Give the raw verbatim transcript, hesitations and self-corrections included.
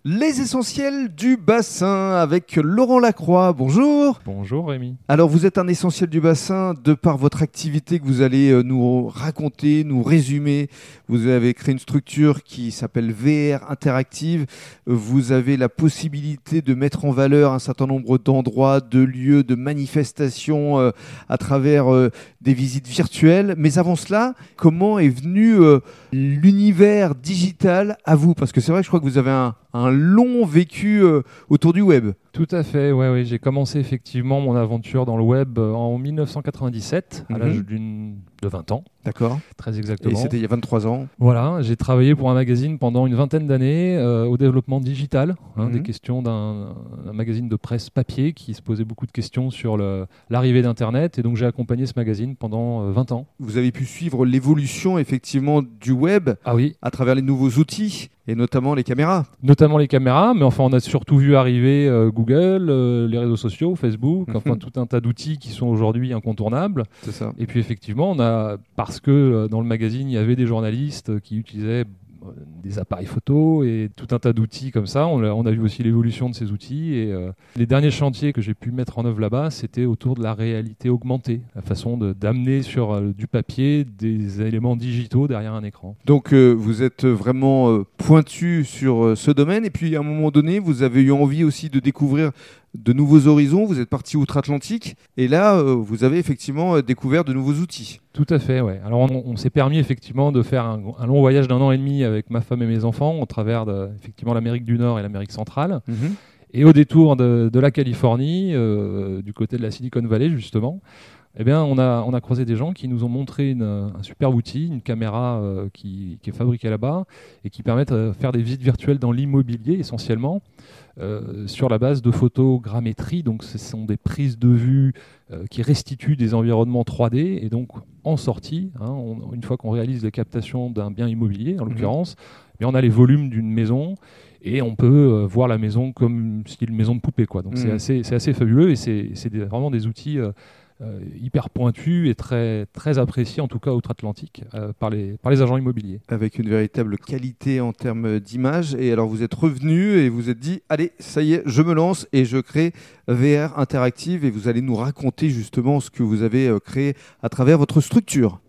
Les essentiels du bassin avec Laurent Lacroix. Bonjour. Bonjour Rémi. Alors vous êtes un essentiel du bassin de par votre activité que vous allez nous raconter, nous résumer. Vous avez créé une structure qui s'appelle V R Interactive. Vous avez la possibilité de mettre en valeur un certain nombre d'endroits, de lieux, de manifestations euh, à travers euh, des visites virtuelles. Mais avant cela, comment est venu euh, l'univers digital à vous? Parce que c'est vrai que je crois que vous avez un, un long vécu euh, autour du web. Tout à fait, ouais, ouais. J'ai commencé effectivement mon aventure dans le web en dix-neuf cent quatre-vingt-dix-sept, mmh. à l'âge d'une, de vingt ans. D'accord. Très exactement. Et c'était il y a vingt-trois ans. Voilà, j'ai travaillé pour un magazine pendant une vingtaine d'années euh, au développement digital, hein, mmh. des questions d'un un magazine de presse papier qui se posait beaucoup de questions sur le, l'arrivée d'Internet. Et donc j'ai accompagné ce magazine pendant euh, vingt ans. Vous avez pu suivre l'évolution effectivement du web ah, oui. à travers les nouveaux outils. Et notamment les caméras. Notamment les caméras, mais enfin on a surtout vu arriver euh, Google, euh, les réseaux sociaux, Facebook, enfin tout un tas d'outils qui sont aujourd'hui incontournables. C'est ça. Et puis effectivement, on a, parce que euh, dans le magazine, il y avait des journalistes qui utilisaient euh, des appareils photo et tout un tas d'outils comme ça. On a, on a vu aussi l'évolution de ces outils. Et euh, les derniers chantiers que j'ai pu mettre en œuvre là-bas, c'était autour de la réalité augmentée, la façon de, d'amener sur euh, du papier des éléments digitaux derrière un écran. Donc euh, vous êtes vraiment euh, pointu sur euh, ce domaine. Et puis à un moment donné, vous avez eu envie aussi de découvrir de nouveaux horizons, vous êtes parti outre-Atlantique et là, euh, vous avez effectivement euh, découvert de nouveaux outils. Tout à fait, ouais. Alors on, on s'est permis effectivement de faire un, un long voyage d'un an et demi avec ma femme et mes enfants au travers de, effectivement l'Amérique du Nord et l'Amérique centrale. Mmh. Et au détour de, de la Californie, euh, du côté de la Silicon Valley justement, eh bien, on a, on a croisé des gens qui nous ont montré une, un super outil, une caméra euh, qui, qui est fabriquée là-bas et qui permet de faire des visites virtuelles dans l'immobilier essentiellement euh, sur la base de photogrammétrie. Donc, ce sont des prises de vue euh, qui restituent des environnements trois D et donc en sortie, hein, on, une fois qu'on réalise les captations d'un bien immobilier, en l'occurrence, mmh. eh bien, on a les volumes d'une maison. Et on peut euh, voir la maison comme style maison de poupée, quoi. Donc mmh. c'est assez, c'est assez fabuleux et c'est, c'est des, vraiment des outils euh, euh, hyper pointus et très, très appréciés, en tout cas outre-Atlantique, euh, par, les, par les agents immobiliers. Avec une véritable qualité en termes d'image. Et alors vous êtes revenu et vous êtes dit, allez, ça y est, je me lance et je crée V R Interactive et vous allez nous raconter justement ce que vous avez créé à travers votre structure.